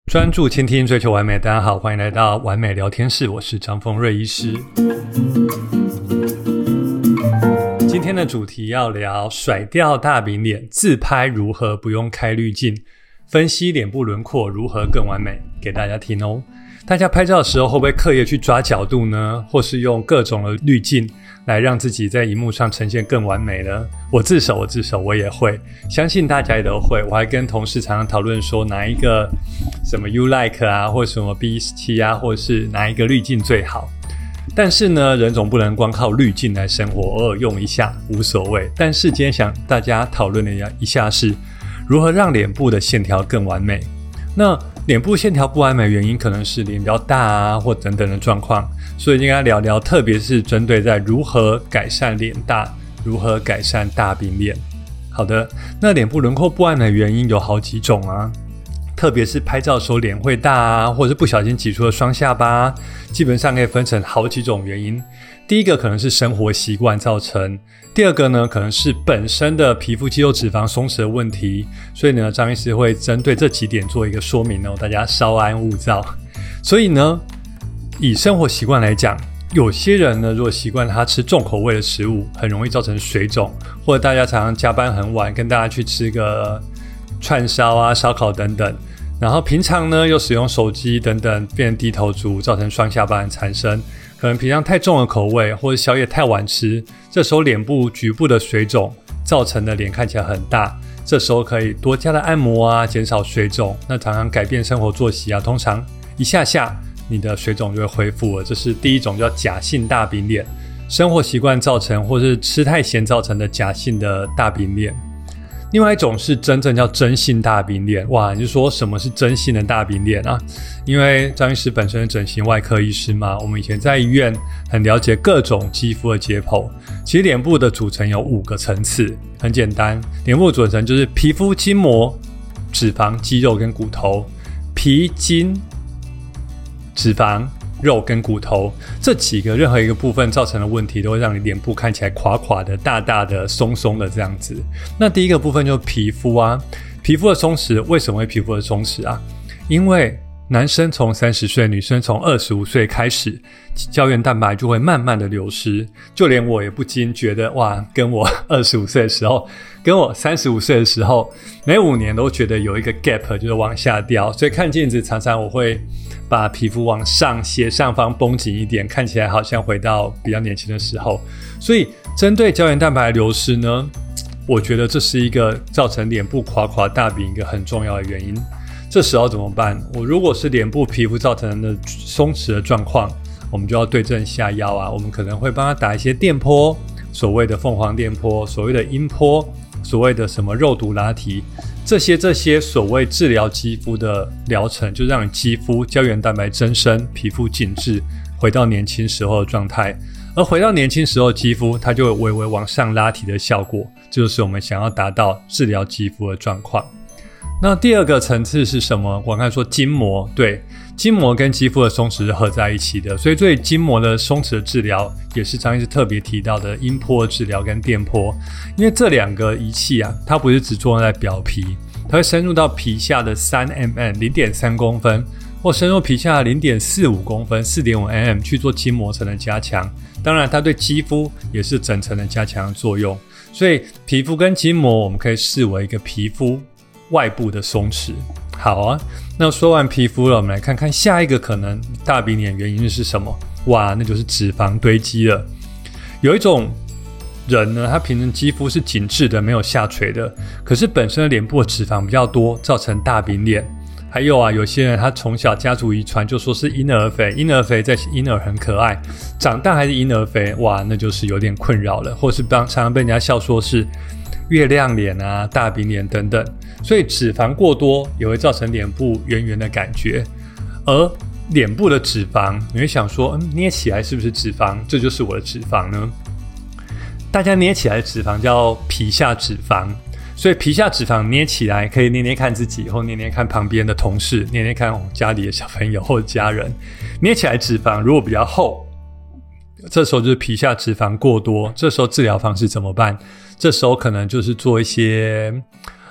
专注倾听，追求完美。大家好，欢迎来到完美聊天室，我是张丰瑞医师。今天的主题要聊甩掉大饼脸，自拍如何不用开滤镜，分析脸部轮廓如何更完美，给大家听哦。大家拍照的时候会不会刻意去抓角度呢？或是用各种的滤镜来让自己在荧幕上呈现更完美呢？我自首，我也会，相信大家也都会。我还跟同事常常讨论说哪一个什么 You Like 啊，或什么 B17 啊，或是哪一个滤镜最好。但是呢，人总不能光靠滤镜来生活，偶尔用一下无所谓。但是今天想大家讨论的一下是如何让脸部的线条更完美。那脸部线条不完美的原因可能是脸比较大啊，或等等的状况，所以应该聊聊，特别是针对在如何改善脸大，如何改善大饼脸。好的，那脸部轮廓不完美的原因有好几种啊，特别是拍照的时候脸会大啊，或者是不小心挤出了双下巴，基本上可以分成好几种原因。第一个可能是生活习惯造成，第二个呢可能是本身的皮肤肌肉脂肪松弛的问题，所以呢张医师会针对这几点做一个说明哦，大家稍安勿躁。所以呢以生活习惯来讲，有些人呢如果习惯他吃重口味的食物，很容易造成水肿，或者大家常常加班很晚，跟大家去吃个串烧啊、烧烤等等，然后平常呢又使用手机等等，变成低头族，造成双下巴的产生。可能平常太重的口味，或者宵夜太晚吃，这时候脸部局部的水肿造成的脸看起来很大，这时候可以多加的按摩啊，减少水肿。那常常改变生活作息啊，通常一下下你的水肿就会恢复了。这是第一种叫假性大饼脸，生活习惯造成或是吃太咸造成的假性的大饼脸。另外一种是真正叫真性大饼脸。哇，你就说什么是真性的大饼脸啊？因为张医师本身是整形外科医师嘛，我们以前在医院很了解各种肌肤的解剖。其实脸部的组成有5个层次，很简单，脸部的组成就是皮肤、筋膜、脂肪、肌肉跟骨头。皮、筋、脂肪、肉跟骨头这几个任何一个部分造成的问题，都会让你脸部看起来垮垮的、大大的、松松的这样子。那第一个部分就是皮肤啊，皮肤的松弛。为什么会皮肤的松弛啊？因为男生从30岁，女生从25岁开始，胶原蛋白就会慢慢的流失。就连我也不禁觉得，哇，跟我25岁的时候，跟我35岁的时候，每5年都觉得有一个 gap 就是往下掉。所以看镜子常常我会把皮肤往上斜上方绷紧一点，看起来好像回到比较年轻的时候。所以针对胶原蛋白的流失呢，我觉得这是一个造成脸部垮垮大饼一个很重要的原因。这时候怎么办？我如果是脸部皮肤造成的松弛的状况，我们就要对症下药啊。我们可能会帮他打一些电波，所谓的凤凰电波，所谓的音波，所谓的什么肉毒拉提，这些所谓治疗肌肤的疗程，就让你肌肤胶原蛋白增生，皮肤紧致，回到年轻时候的状态。而回到年轻时候的肌肤，它就有微微往上拉提的效果，这就是我们想要达到治疗肌肤的状况。那第二个层次是什么？我刚才说筋膜，对，筋膜跟肌肤的松弛是合在一起的，所以对筋膜的松弛的治疗也是张医师特别提到的音波治疗跟电波。因为这2个仪器啊，它不是只作用在表皮，它会深入到皮下的3mm 0.3公分，或深入皮下的 0.45公分 4.5mm 去做筋膜层的加强。当然它对肌肤也是整层的加强的作用。所以皮肤跟筋膜我们可以视为一个皮肤外部的松弛。好啊，那说完皮肤了，我们来看看下一个可能大饼脸原因是什么。哇，那就是脂肪堆积了。有一种人呢，他平常肌肤是紧致的，没有下垂的，可是本身的脸部的脂肪比较多，造成大饼脸。还有啊，有些人他从小家族遗传就说是婴儿肥，婴儿肥在婴儿很可爱，长大还是婴儿肥，哇，那就是有点困扰了，或是常常被人家笑说是月亮脸啊、大饼脸等等。所以脂肪过多也会造成脸部圆圆的感觉。而脸部的脂肪，你会想说，捏起来是不是脂肪？这就是我的脂肪呢？大家捏起来的脂肪叫皮下脂肪。所以皮下脂肪捏起来可以捏捏看自己，或捏捏看旁边的同事，捏捏看家里的小朋友或家人。捏起来脂肪如果比较厚，这时候就是皮下脂肪过多，这时候治疗方式怎么办？这时候可能就是做一些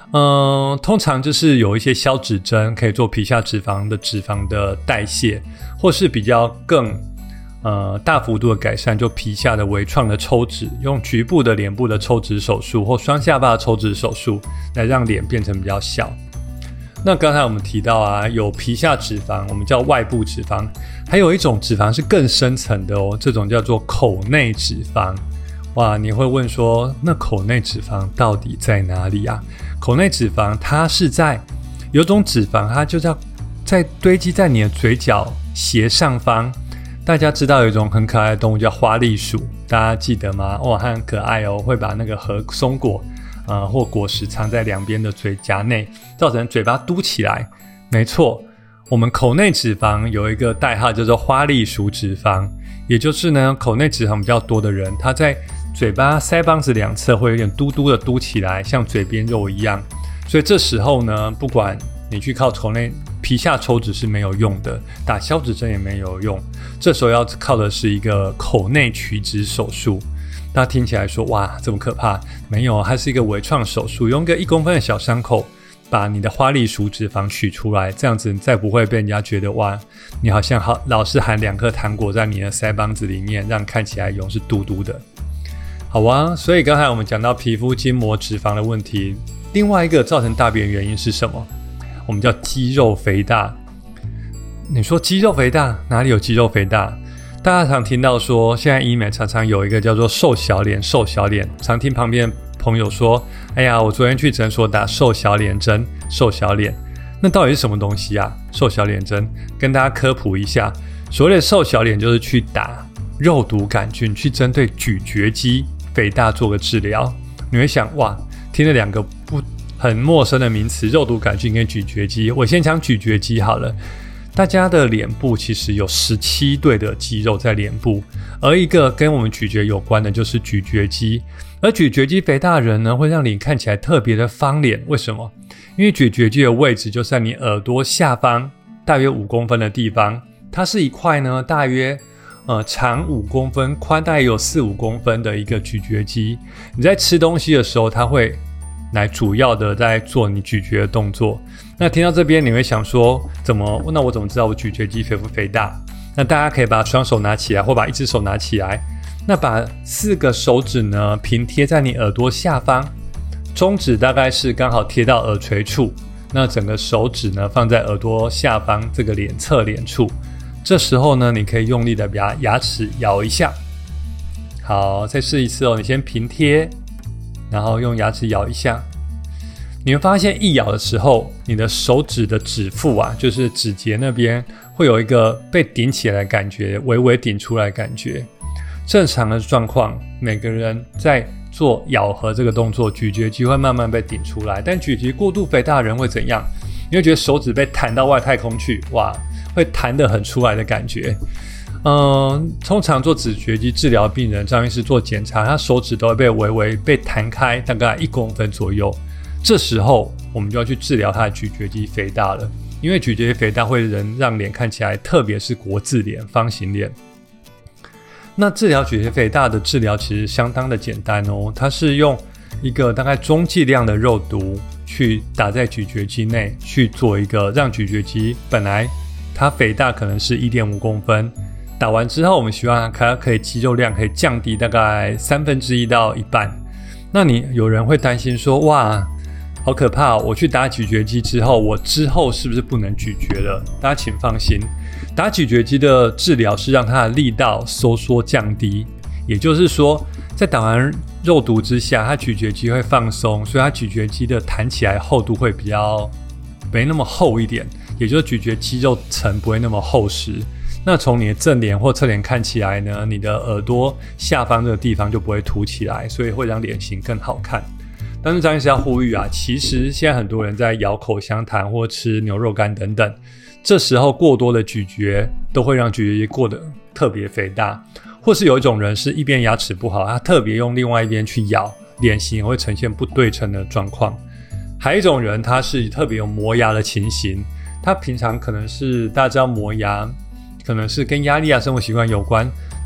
通常就是有一些消脂针可以做皮下脂肪的代谢，或是比较更大幅度的改善，就皮下的微创的抽脂，用局部的脸部的抽脂手术或双下巴的抽脂手术来让脸变成比较小。那刚才我们提到啊，有皮下脂肪，我们叫外部脂肪，还有一种脂肪是更深层的哦，这种叫做口内脂肪。哇，你会问说，那口内脂肪到底在哪里啊？口内脂肪它是有种脂肪，它就在堆积在你的嘴角斜上方。大家知道有一种很可爱的动物叫花栗鼠，大家记得吗？哇，它很可爱哦，会把那个核松果或果实藏在两边的嘴颊内，造成嘴巴嘟起来。没错，我们口内脂肪有一个代号叫做花栗鼠脂肪，也就是呢，口内脂肪比较多的人，他在嘴巴腮帮子两侧会有点嘟嘟的嘟起来，像嘴边肉一样。所以这时候呢，不管你去靠口内皮下抽脂是没有用的，打消脂针也没有用，这时候要靠的是一个口内取脂手术。大家听起来说，哇，这么可怕？没有，它是一个微创手术，用一个1公分的小伤口把你的花栗鼠脂肪取出来，这样子你再不会被人家觉得，哇，你好像老是含2颗糖果在你的腮帮子里面，让看起来是嘟嘟的。好啊，所以刚才我们讲到皮肤筋膜脂肪的问题，另外一个造成大便原因是什么？我们叫肌肉肥大。你说肌肉肥大，哪里有肌肉肥大？大家常听到说，现在医美常常有一个叫做瘦小脸，常听旁边朋友说，哎呀，我昨天去诊所打瘦小脸针，瘦小脸。那到底是什么东西啊？瘦小脸针跟大家科普一下，所谓的瘦小脸就是去打肉毒杆菌，去针对咀嚼肌肥大做个治疗。你会想，哇，听了2个很陌生的名词，肉毒杆菌跟咀嚼肌。我先讲咀嚼肌好了。大家的脸部其实有17对的肌肉在脸部，而一个跟我们咀嚼有关的就是咀嚼肌。而咀嚼肌肥大的人呢，会让脸看起来特别的方脸。为什么？因为咀嚼肌的位置就在你耳朵下方大约5公分的地方，它是一块呢大约长5公分，宽大概有4-5公分的一个咀嚼肌。你在吃东西的时候，它会来主要的在做你咀嚼的动作。那听到这边你会想说，那我怎么知道我咀嚼肌肥不肥大？那大家可以把双手拿起来，或把一只手拿起来，那把4个手指呢平贴在你耳朵下方，中指大概是刚好贴到耳垂处，那整个手指呢放在耳朵下方这个侧脸处。这时候呢，你可以用力的把牙齿咬一下。好，再试一次哦，你先平贴，然后用牙齿咬一下。你会发现一咬的时候，你的手指的指腹啊，就是指节那边会有一个被顶起来的感觉，微微顶出来的感觉。正常的状况，每个人在做咬合这个动作，咀嚼肌会慢慢被顶出来。但咀嚼过度肥大的人会怎样？你会觉得手指被弹到外太空去，哇，会弹得很出来的感觉。通常做咀嚼肌治疗病人，张医师做检查，他手指都会被微微被弹开，大概1公分左右。这时候我们就要去治疗他的咀嚼肌肥大了，因为咀嚼肌肥大会让脸看起来，特别是国字脸、方形脸。那治疗咀嚼肌肥大的治疗其实相当的简单哦，它是用一个大概中剂量的肉毒去打在咀嚼肌内，去做一个让咀嚼肌本来它肥大可能是 1.5 公分，打完之后我们希望它可以肌肉量可以降低大概1/3到1半。那有人会担心说，哇，好可怕哦，我去打咀嚼肌之后，我之后是不是不能咀嚼了？大家请放心，打咀嚼肌的治疗是让它的力道收缩降低，也就是说，在打完肉毒之下，它咀嚼肌会放松，所以它咀嚼肌的弹起来厚度会比较没那么厚一点，也就是咀嚼肌肉层不会那么厚实。那从你的正脸或侧脸看起来呢，你的耳朵下方这个地方就不会凸起来，所以会让脸型更好看。但是张医师要呼吁啊，其实现在很多人在咬口香糖或吃牛肉干等等，这时候过多的咀嚼都会让咀嚼肌过得特别肥大，或是有一种人是一边牙齿不好，他特别用另外一边去咬，脸型也会呈现不对称的状况。还有一种人他是特别有磨牙的情形，他平常可能是大家知道磨牙可能是跟压力啊生活习惯有关，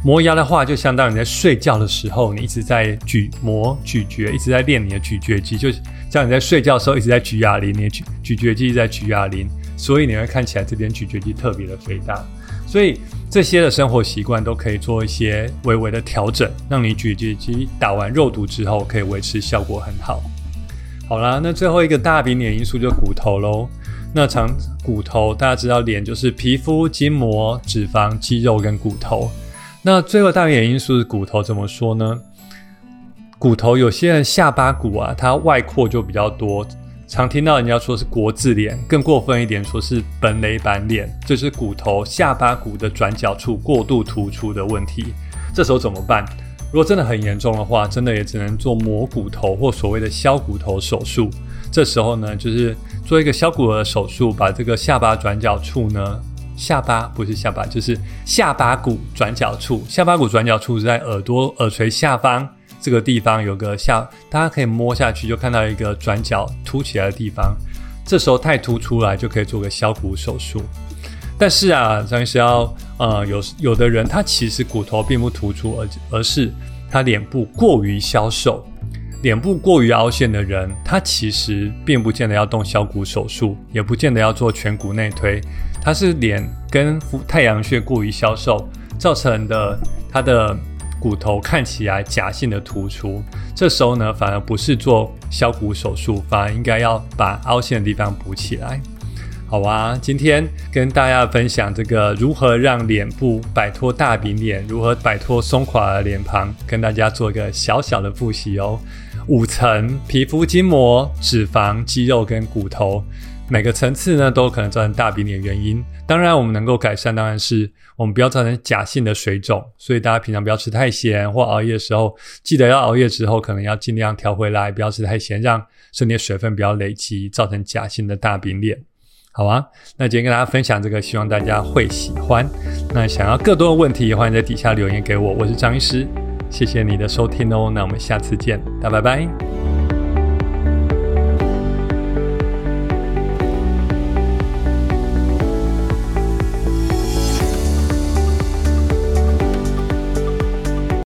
磨牙的话，就相当于你在睡觉的时候，你一直在咀嚼，一直在练你的咀嚼肌，就像你在睡觉的时候一直在举哑铃，你的咀嚼肌一直在举哑铃，所以你会看起来这边咀嚼肌特别的肥大。所以这些的生活习惯都可以做一些微微的调整，让你咀嚼肌打完肉毒之后可以维持效果很好。好啦，那最后一个大饼脸因素就是骨头咯。那骨头大家知道，脸就是皮肤、筋膜、脂肪、肌肉跟骨头。那最后大饼脸因素是骨头，怎么说呢？骨头有些人下巴骨啊，它外扩就比较多，常听到人家说是国字脸，更过分一点说是本垒板脸，这是骨头下巴骨的转角处过度突出的问题。这时候怎么办？如果真的很严重的话，真的也只能做磨骨头或所谓的削骨头手术。这时候呢，就是做一个削骨头的手术，把这个下巴转角处呢，下巴不是下巴，就是下巴骨转角处。下巴骨转角处是在耳垂下方这个地方有个大家可以摸下去就看到一个转角凸起来的地方。这时候太凸出来就可以做个削骨手术。但是啊，张医师有的人他其实骨头并不突出，而是他脸部过于消瘦。脸部过于凹陷的人，他其实并不见得要动削骨手术，也不见得要做颧骨内推，他是脸跟太阳穴过于消瘦造成的，他的骨头看起来假性的突出。这时候呢，反而不是做削骨手术，反而应该要把凹陷的地方补起来。好啊，今天跟大家分享这个如何让脸部摆脱大饼脸，如何摆脱松垮的脸庞，跟大家做一个小小的复习哦。5层：皮肤、筋膜、脂肪、肌肉跟骨头，每个层次呢都有可能造成大饼脸原因。当然我们能够改善，当然是我们不要造成假性的水肿，所以大家平常不要吃太咸，或熬夜的时候记得要熬夜之后可能要尽量调回来，不要吃太咸，让身体的水分不要累积，造成假性的大饼脸。好啊，那今天跟大家分享这个，希望大家会喜欢。那想要更多的问题，欢迎在底下留言给我，我是张医师，谢谢你的收听哦，那我们下次见，大家拜拜。